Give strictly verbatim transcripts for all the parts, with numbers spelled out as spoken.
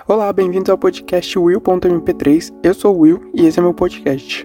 Olá, bem-vindos ao podcast will ponto m p três. Eu sou o Will e esse é meu podcast.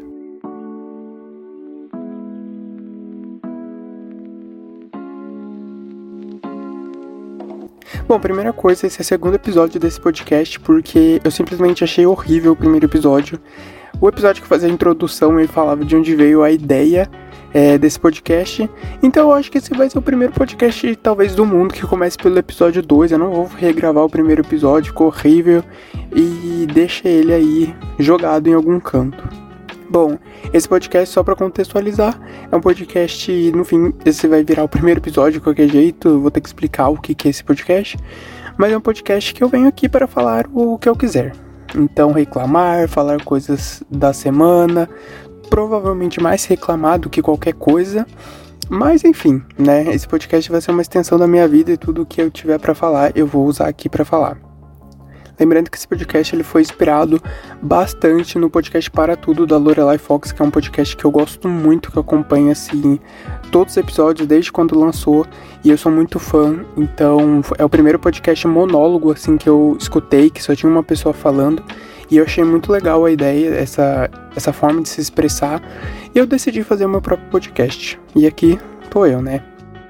Bom, primeira coisa, esse é o segundo episódio desse podcast porque eu simplesmente achei horrível o primeiro episódio. O episódio que fazia a introdução, ele falava de onde veio a ideia é, desse podcast. Então eu acho que esse vai ser o primeiro podcast, talvez, do mundo que comece pelo episódio dois. Eu não vou regravar o primeiro episódio, ficou horrível. E deixa ele aí jogado em algum canto. Bom, esse podcast, só pra contextualizar, é um podcast, no fim, esse vai virar o primeiro episódio de qualquer jeito. Eu vou ter que explicar o que é esse podcast. Mas é um podcast que eu venho aqui para falar o que eu quiser. Então, reclamar, falar coisas da semana, provavelmente mais reclamar do que qualquer coisa. Mas, enfim, né, esse podcast vai ser uma extensão da minha vida e tudo que eu tiver pra falar, eu vou usar aqui pra falar. Lembrando que esse podcast ele foi inspirado bastante no podcast Para Tudo, da Lorelai Fox, que é um podcast que eu gosto muito, que eu acompanho, assim, todos os episódios desde quando lançou, e eu sou muito fã. Então, é o primeiro podcast monólogo, assim, que eu escutei, que só tinha uma pessoa falando, e eu achei muito legal a ideia, essa, essa forma de se expressar, e eu decidi fazer o meu próprio podcast. E aqui tô eu, né?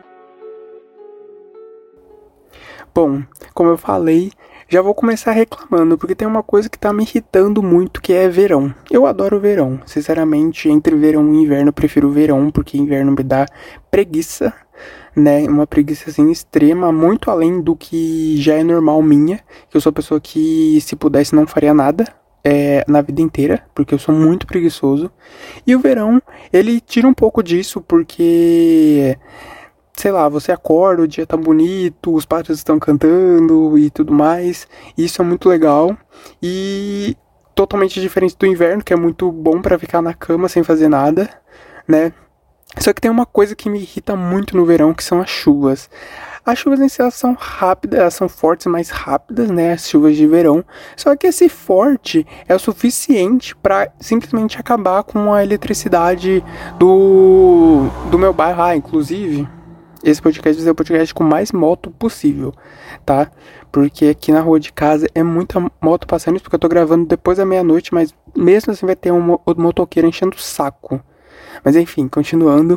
Bom, como eu falei, já vou começar reclamando, porque tem uma coisa que tá me irritando muito, que é verão. Eu adoro verão. Sinceramente, entre verão e inverno, eu prefiro verão, porque inverno me dá preguiça, né? Uma preguiça, assim, extrema, muito além do que já é normal minha. Que eu sou a pessoa que, se pudesse, não faria nada é, na vida inteira, porque eu sou muito preguiçoso. E o verão, ele tira um pouco disso, porque... sei lá, você acorda, o dia tá bonito, os pássaros estão cantando e tudo mais. Isso é muito legal. E totalmente diferente do inverno, que é muito bom pra ficar na cama sem fazer nada, né? Só que tem uma coisa que me irrita muito no verão, que são as chuvas. As chuvas em si, elas são rápidas, elas são fortes, mais rápidas, né? As chuvas de verão. Só que esse forte é o suficiente pra simplesmente acabar com a eletricidade do, do meu bairro. Ah, inclusive... esse podcast vai ser o podcast com mais moto possível, tá? Porque aqui na rua de casa é muita moto passando, porque eu tô gravando depois da meia-noite, mas mesmo assim vai ter um motoqueiro enchendo o saco. Mas enfim, continuando.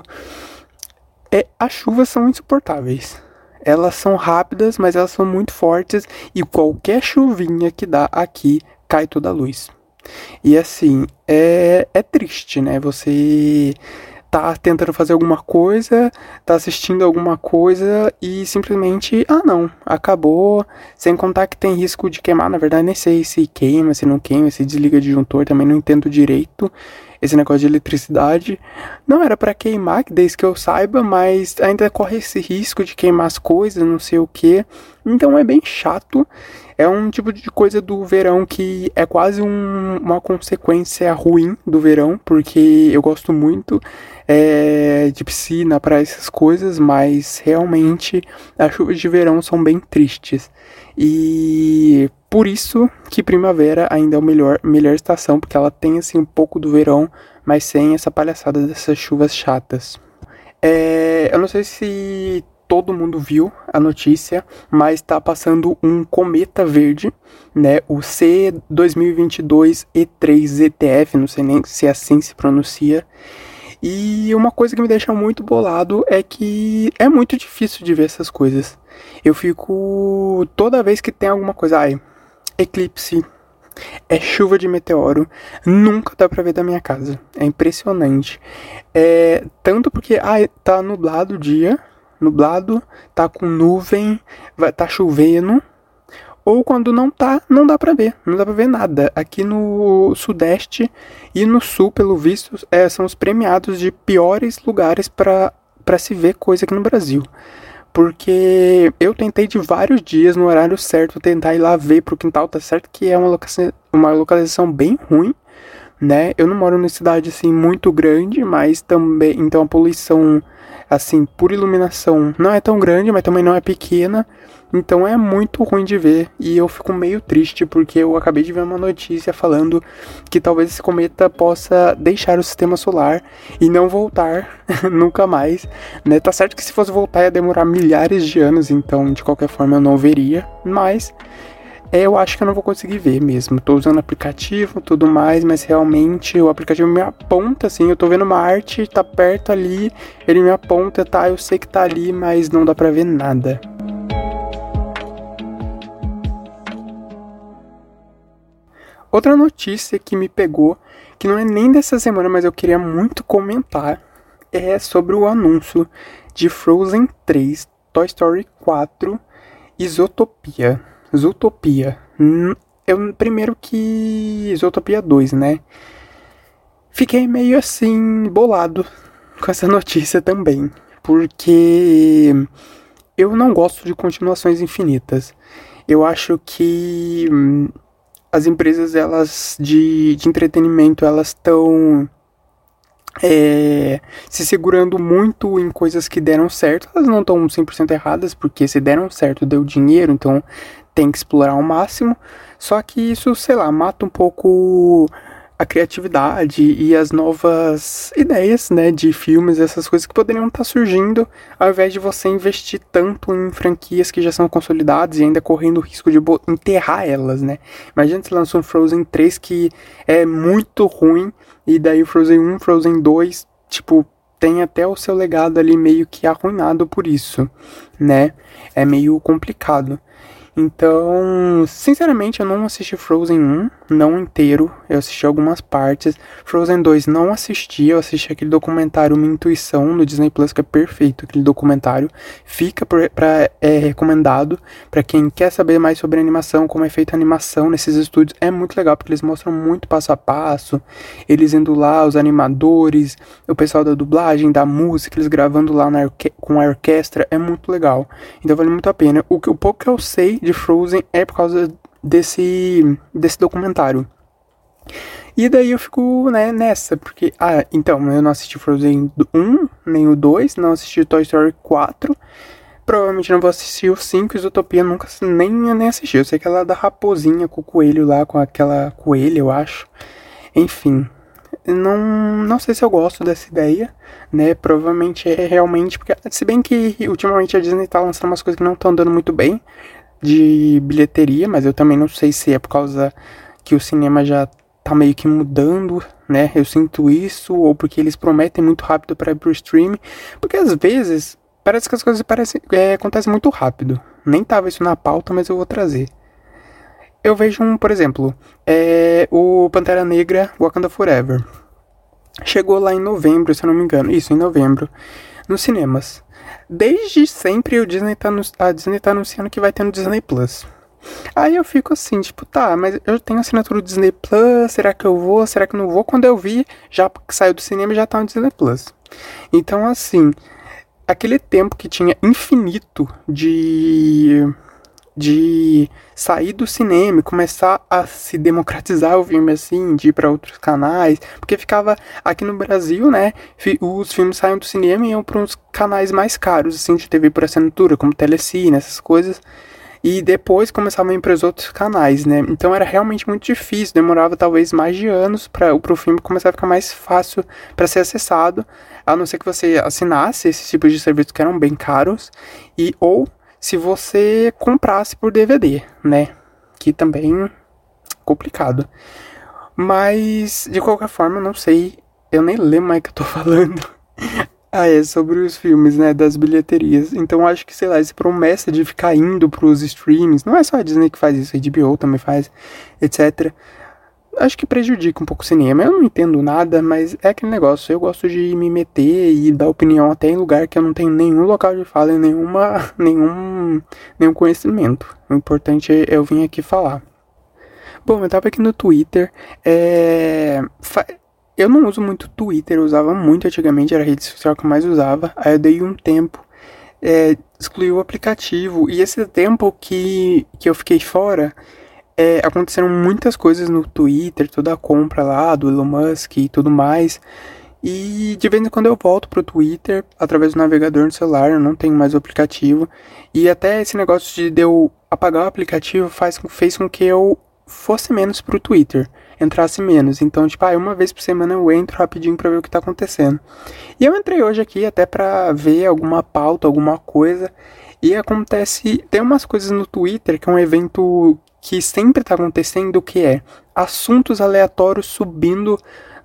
É, as chuvas são insuportáveis. Elas são rápidas, mas elas são muito fortes, e qualquer chuvinha que dá aqui, cai toda a luz. E assim, é, é triste, né? Você... tá tentando fazer alguma coisa, tá assistindo alguma coisa e simplesmente, ah não, acabou, sem contar que tem risco de queimar. Na verdade nem sei se queima, se não queima, se desliga disjuntor, também não entendo direito esse negócio de eletricidade. Não era pra queimar, desde que eu saiba, mas ainda corre esse risco de queimar as coisas, não sei o que, então é bem chato. É um tipo de coisa do verão que é quase um, uma consequência ruim do verão, porque eu gosto muito é, de piscina, praia, essas coisas, mas realmente as chuvas de verão são bem tristes. E por isso que primavera ainda é a melhor, melhor estação, porque ela tem assim um pouco do verão, mas sem essa palhaçada dessas chuvas chatas. É, eu não sei se... todo mundo viu a notícia, mas tá passando um cometa verde, né? O C dois mil e vinte e dois E três Z T F, não sei nem se assim se pronuncia. E uma coisa que me deixa muito bolado é que é muito difícil de ver essas coisas. Eu fico... toda vez que tem alguma coisa... ai, eclipse, é chuva de meteoro, nunca dá pra ver da minha casa. É impressionante. É, tanto porque ai, tá nublado o dia... nublado, tá com nuvem, vai tá chovendo, ou quando não tá, não dá pra ver, não dá pra ver nada. Aqui no sudeste e no sul, pelo visto, é, são os premiados de piores lugares pra, pra se ver coisa aqui no Brasil. Porque eu tentei de vários dias, no horário certo, tentar ir lá ver pro quintal, tá certo que é uma localização, uma localização bem ruim, né? Eu não moro numa cidade, assim, muito grande, mas também, então a poluição, assim, por iluminação não é tão grande, mas também não é pequena, então é muito ruim de ver, e eu fico meio triste, porque eu acabei de ver uma notícia falando que talvez esse cometa possa deixar o sistema solar e não voltar nunca mais, né? Tá certo que se fosse voltar ia demorar milhares de anos, então de qualquer forma eu não veria, mas... É, eu acho que eu não vou conseguir ver mesmo. Tô usando o aplicativo, tudo mais, mas realmente o aplicativo me aponta, assim, eu tô vendo uma arte, tá perto ali, ele me aponta, tá, eu sei que tá ali, mas não dá pra ver nada. Outra notícia que me pegou, que não é nem dessa semana, mas eu queria muito comentar, é sobre o anúncio de Frozen três, Toy Story quatro e Zootopia. Zootopia. Eu, primeiro que Zootopia dois, né? Fiquei meio assim, bolado com essa notícia também. Porque eu não gosto de continuações infinitas. Eu acho que hum, as empresas elas de, de entretenimento elas estão é, se segurando muito em coisas que deram certo. Elas não estão cem por cento erradas, porque se deram certo deu dinheiro, então tem que explorar ao máximo. Só que isso, sei lá, mata um pouco a criatividade e as novas ideias, né, de filmes, essas coisas que poderiam estar surgindo, ao invés de você investir tanto em franquias que já são consolidadas e ainda correndo o risco de enterrar elas, né. Imagina se lança um Frozen três que é muito ruim, e daí o Frozen um, Frozen dois, tipo, tem até o seu legado ali meio que arruinado por isso, né, é meio complicado. Então, sinceramente, eu não assisti Frozen um, não inteiro, eu assisti algumas partes. Frozen dois não assisti, eu assisti aquele documentário Minha Intuição no Disney Plus, que é perfeito, aquele documentário. Fica pra, pra, é recomendado para quem quer saber mais sobre animação, como é feita a animação nesses estúdios. É muito legal, porque eles mostram muito passo a passo, eles indo lá, os animadores, o pessoal da dublagem, da música, eles gravando lá na orque- com a orquestra, é muito legal. Então vale muito a pena. O, que, o pouco que eu sei de Frozen é por causa desse, desse documentário. E daí eu fico, né, nessa, porque, ah, então, eu não assisti Frozen um, nem o dois, não assisti Toy Story quatro, provavelmente não vou assistir o cinco, e Zootopia nunca nem, nem assisti. Eu sei que ela é da raposinha com o coelho lá, com aquela coelha, eu acho. Enfim, não, não sei se eu gosto dessa ideia, né, provavelmente é realmente, porque, se bem que ultimamente a Disney tá lançando umas coisas que não estão dando muito bem, de bilheteria, mas eu também não sei se é por causa que o cinema já tá meio que mudando, né? Eu sinto isso, ou porque eles prometem muito rápido para ir pro streaming, porque às vezes parece que as coisas parecem, é, acontecem muito rápido. Nem tava isso na pauta, mas eu vou trazer. Eu vejo um, por exemplo, é, o Pantera Negra Wakanda Forever. Chegou lá em novembro, se eu não me engano. Isso, em novembro. Nos cinemas. Desde sempre o Disney tá no, a Disney tá anunciando que vai ter no Disney Plus. Aí eu fico assim, tipo, tá, mas eu tenho assinatura do Disney Plus, será que eu vou, será que eu não vou? Quando eu vi, já saiu do cinema e já tá no Disney Plus. Então, assim, aquele tempo que tinha infinito de de sair do cinema e começar a se democratizar o filme, assim, de ir para outros canais, porque ficava aqui no Brasil, né, os filmes saíam do cinema e iam para uns canais mais caros, assim, de T V por assinatura, como Telecine, essas coisas, e depois começavam a ir para os outros canais, né, então era realmente muito difícil, demorava talvez mais de anos para o filme começar a ficar mais fácil para ser acessado, a não ser que você assinasse esses tipos de serviços que eram bem caros, e ou se você comprasse por D V D, né? Que também complicado. Mas, de qualquer forma, eu não sei. Eu nem lembro mais o que eu tô falando. Ah, é sobre os filmes, né? Das bilheterias. Então, acho que, sei lá, essa promessa de ficar indo pros streams. Não é só a Disney que faz isso, a H B O também faz, etcétera. Acho que prejudica um pouco o cinema. Eu não entendo nada, mas é aquele negócio. Eu gosto de me meter e dar opinião até em lugar que eu não tenho nenhum local de fala e nenhuma, nenhum, nenhum conhecimento. O importante é eu vir aqui falar. Bom, eu tava aqui no Twitter. É... Eu não uso muito Twitter, eu usava muito antigamente, era a rede social que eu mais usava. Aí eu dei um tempo, é, excluí o aplicativo. E esse tempo que, que eu fiquei fora... É, aconteceram muitas coisas no Twitter, toda a compra lá do Elon Musk e tudo mais. E de vez em quando eu volto pro Twitter através do navegador no celular, eu não tenho mais o aplicativo. E até esse negócio de eu apagar o aplicativo faz, fez com que eu fosse menos pro Twitter, entrasse menos. Então, tipo, ah, uma vez por semana eu entro rapidinho pra ver o que tá acontecendo. E eu entrei hoje aqui até pra ver alguma pauta, alguma coisa. E acontece, tem umas coisas no Twitter que é um evento que sempre tá acontecendo, que é assuntos aleatórios subindo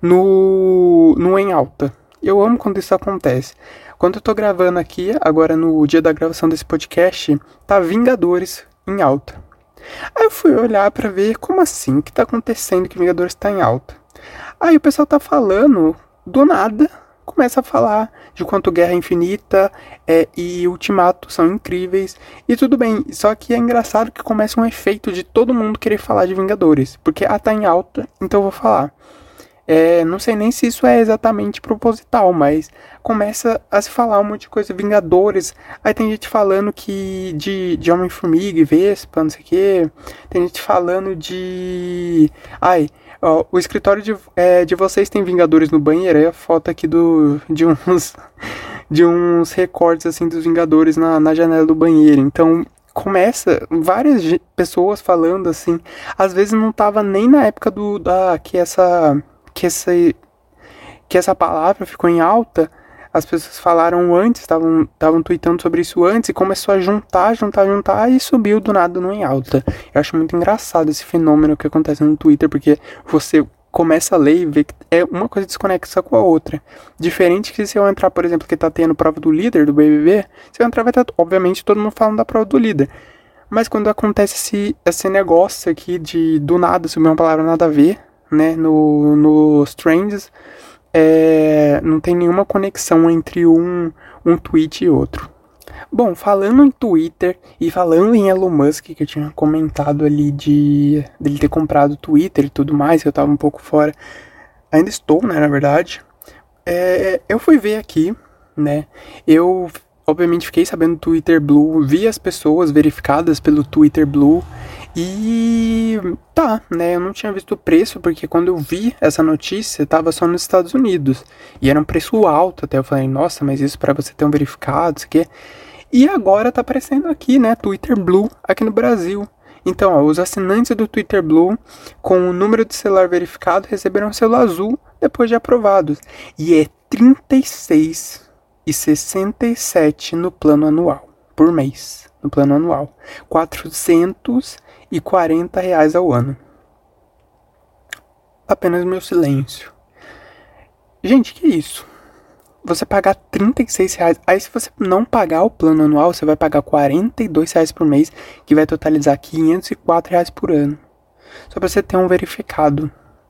no, no em alta. Eu amo quando isso acontece. Quando eu tô gravando aqui, agora no dia da gravação desse podcast, tá Vingadores em alta. Aí eu fui olhar pra ver como assim, o que tá acontecendo que Vingadores tá em alta. Aí o pessoal tá falando, do nada, começa a falar de quanto Guerra Infinita é, e Ultimato são incríveis. E tudo bem, só que é engraçado que começa um efeito de todo mundo querer falar de Vingadores. Porque, ah, tá em alta, então eu vou falar. É, não sei nem se isso é exatamente proposital, mas começa a se falar um monte de coisa, Vingadores. Aí tem gente falando que de, de Homem-Formiga e Vespa, não sei o que. Tem gente falando de... Ai, ó, o escritório de, é, de vocês tem Vingadores no banheiro. Aí a foto aqui do, de uns de uns recortes assim dos Vingadores na, na janela do banheiro. Então... começa várias pessoas falando assim, às vezes não tava nem na época do da que essa que essa que essa palavra ficou em alta, as pessoas falaram antes, estavam estavam tweetando sobre isso antes e começou a juntar, juntar, juntar e subiu do nada no em alta. Eu acho muito engraçado esse fenômeno que acontece no Twitter, porque você começa a ler e vê que é uma coisa desconexa com a outra. Diferente que se eu entrar, por exemplo, que tá tendo prova do líder do B B B, se eu entrar vai estar, obviamente, todo mundo falando da prova do líder. Mas quando acontece esse, esse negócio aqui de, do nada, subir uma palavra nada a ver, né, no, nos trends, é, não tem nenhuma conexão entre um, um tweet e outro. Bom, falando em Twitter e falando em Elon Musk, que eu tinha comentado ali de dele ter comprado o Twitter e tudo mais, que eu tava um pouco fora, ainda estou, né, na verdade, é, eu fui ver aqui, né, eu obviamente fiquei sabendo do Twitter Blue, vi as pessoas verificadas pelo Twitter Blue e tá, né, eu não tinha visto o preço, porque quando eu vi essa notícia, tava só nos Estados Unidos, e era um preço alto até, eu falei, nossa, mas isso pra você ter um verificado, isso aqui. E agora tá aparecendo aqui, né, Twitter Blue, aqui no Brasil. Então, ó, os assinantes do Twitter Blue com o número de celular verificado receberam selo azul depois de aprovados. E é trinta e seis reais e sessenta e sete centavos no plano anual, por mês, no plano anual. quatrocentos e quarenta reais ao ano. Apenas meu silêncio. Gente, que isso? Você pagar trinta e seis reais, aí se você não pagar o plano anual, você vai pagar quarenta e dois reais por mês, que vai totalizar quinhentos e quatro reais por ano. Só pra você ter um verificado.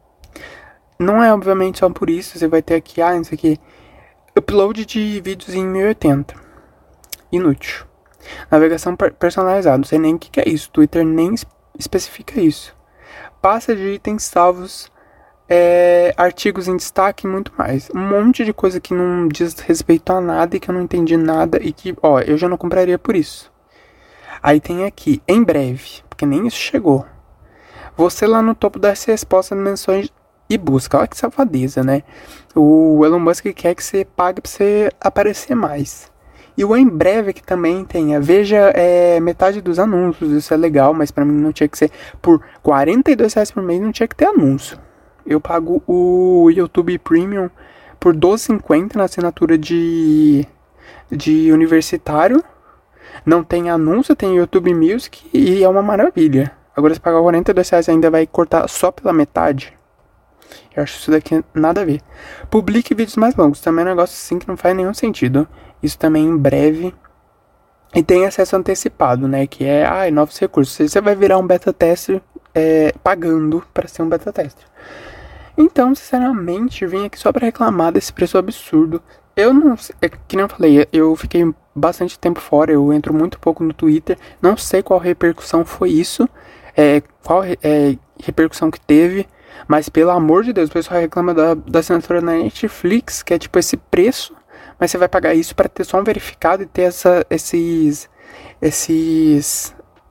Não é obviamente só por isso, você vai ter aqui, ah, isso aqui, upload de vídeos em mil e oitenta. Inútil. Navegação personalizada, não sei nem o que é isso, Twitter nem especifica isso. Passa de itens salvos, É, artigos em destaque e muito mais. Um monte de coisa que não diz respeito a nada e que eu não entendi nada e que, ó, eu já não compraria por isso. Aí tem aqui, em breve, porque nem isso chegou. Você lá no topo das respostas, menções e busca. Olha que safadeza, né? O Elon Musk quer que você pague pra você aparecer mais. E o em breve aqui também tem, veja é, metade dos anúncios, isso é legal, mas pra mim não tinha que ser por quarenta e dois reais por mês, não tinha que ter anúncio. Eu pago o YouTube Premium por doze reais e cinquenta centavos na assinatura de, de universitário. Não tem anúncio, tem YouTube Music e é uma maravilha. Agora se pagar quarenta e dois reais ainda vai cortar só pela metade. Eu acho isso daqui nada a ver. Publique vídeos mais longos. Também é um negócio assim que não faz nenhum sentido. Isso também em breve. E tem acesso antecipado, né? Que é, ai, novos recursos. Você vai virar um beta tester é, pagando para ser um beta tester. Então, sinceramente, vim aqui só pra reclamar desse preço absurdo. Eu não sei, é, que nem eu falei, eu fiquei bastante tempo fora, eu entro muito pouco no Twitter, não sei qual repercussão foi isso, é, qual é, repercussão que teve, mas pelo amor de Deus, o pessoal reclama da, da assinatura na Netflix, que é tipo esse preço, mas você vai pagar isso pra ter só um verificado e ter essa, esses, esses,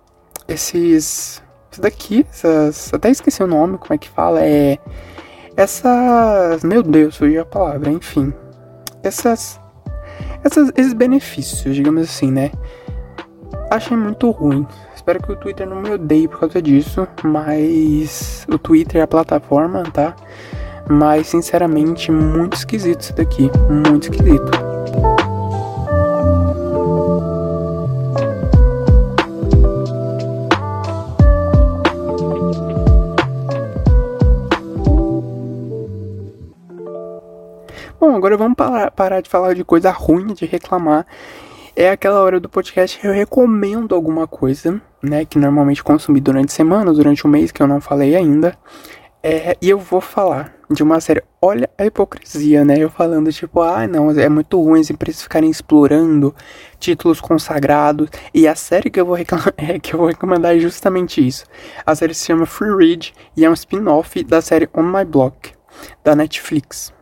esses, isso daqui, essas, até esqueci o nome, como é que fala, é... Essas... Meu Deus, fugiu a palavra, enfim. Essas... essas esses benefícios, digamos assim, né? Achei muito ruim. Espero que o Twitter não me odeie por causa disso. Mas... O Twitter é a plataforma, tá? Mas, sinceramente, muito esquisito isso daqui. Muito esquisito. agora vamos parar, parar de falar de coisa ruim, de reclamar. É aquela hora do podcast que eu recomendo alguma coisa, né, que normalmente consumi durante a semana, durante o mês, que eu não falei ainda. É, e eu vou falar de uma série. Olha a hipocrisia, né? Eu falando tipo, ah, não, é muito ruim as empresas ficarem explorando títulos consagrados. E a série que eu vou, reclamar, é, que eu vou recomendar é justamente isso. A série se chama Free Read e é um spin-off da série On My Block, da Netflix.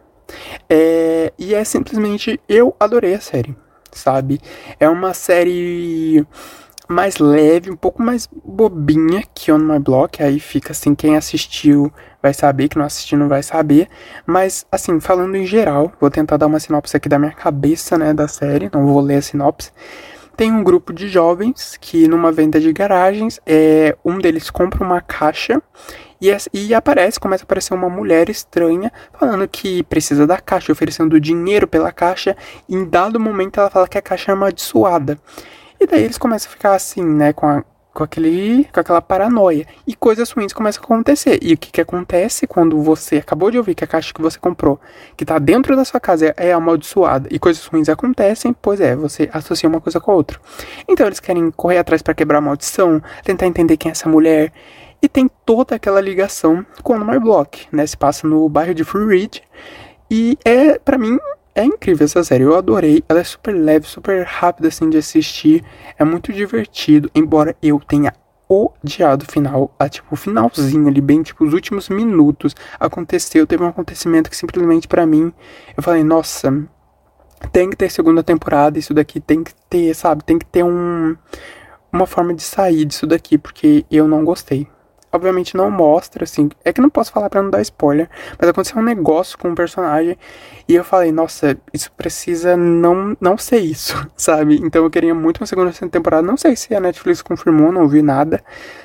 É, e é simplesmente, eu adorei a série, sabe? É uma série mais leve, um pouco mais bobinha que On My Block. Aí fica assim, quem assistiu vai saber, que não assistiu não vai saber. Mas, assim, falando em geral, vou tentar dar uma sinopse aqui da minha cabeça, né, da série. Não vou ler a sinopse. Tem um grupo de jovens que, numa venda de garagens, é, um deles compra uma caixa e, e aparece, começa a aparecer uma mulher estranha falando que precisa da caixa, oferecendo dinheiro pela caixa. E em dado momento ela fala que a caixa é amaldiçoada. E daí eles começam a ficar assim, né, com, a, com, aquele, com aquela paranoia. E coisas ruins começam a acontecer. E o que, que acontece quando você acabou de ouvir que a caixa que você comprou, que tá dentro da sua casa, é, é amaldiçoada, e coisas ruins acontecem? Pois é, você associa uma coisa com a outra. Então eles querem correr atrás para quebrar a maldição, tentar entender quem é essa mulher. E tem toda aquela ligação com On My Block, né? Se passa no bairro de Free Read. E é, pra mim... é incrível essa série, eu adorei. Ela é super leve, super rápida assim de assistir. É muito divertido, embora eu tenha odiado o final. A, tipo, o finalzinho ali, bem, tipo, os últimos minutos aconteceu, teve um acontecimento que simplesmente pra mim, eu falei, nossa, tem que ter segunda temporada, isso daqui tem que ter, sabe, tem que ter um, uma forma de sair disso daqui, porque eu não gostei. Obviamente não mostra, assim, é que não posso falar pra não dar spoiler, mas aconteceu um negócio com um personagem e eu falei, nossa, isso precisa não, não ser isso, sabe? Então eu queria muito uma segunda temporada, não sei se a Netflix confirmou, não vi nada,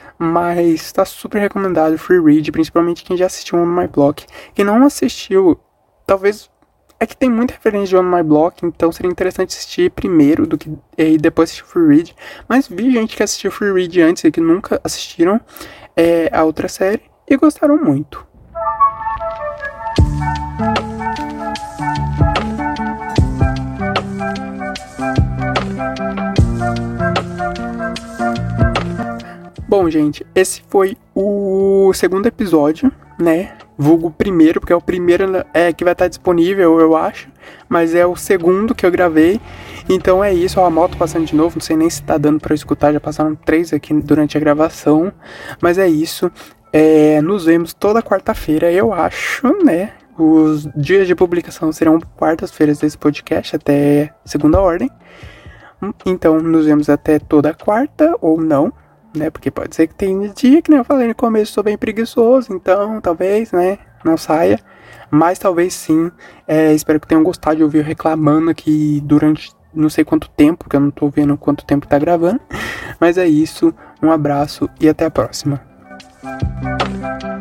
mas tá super recomendado, Free Read, principalmente quem já assistiu On My Block. Quem não assistiu, talvez... é que tem muita referência de On My Block, então seria interessante assistir primeiro do que e depois assistir Free Read. Mas vi gente que assistiu Free Read antes e que nunca assistiram é, a outra série e gostaram muito. Bom, gente, esse foi o segundo episódio, né? Vulgo primeiro, porque é o primeiro é, que vai estar disponível, eu acho. Mas é o segundo que eu gravei. Então é isso, ó, a moto passando de novo. Não sei nem se tá dando pra eu escutar. Já passaram três aqui durante a gravação. Mas é isso. É, nos vemos toda quarta-feira, eu acho, né? Os dias de publicação serão quartas-feiras desse podcast, até segunda ordem. Então nos vemos até toda quarta, ou não, né, porque pode ser que tenha dia que, nem eu falei no começo, sou bem preguiçoso, então talvez, né, não saia, mas talvez sim. É, espero que tenham gostado de ouvir eu reclamando aqui durante não sei quanto tempo, porque eu não tô vendo quanto tempo tá gravando, mas é isso, um abraço e até a próxima.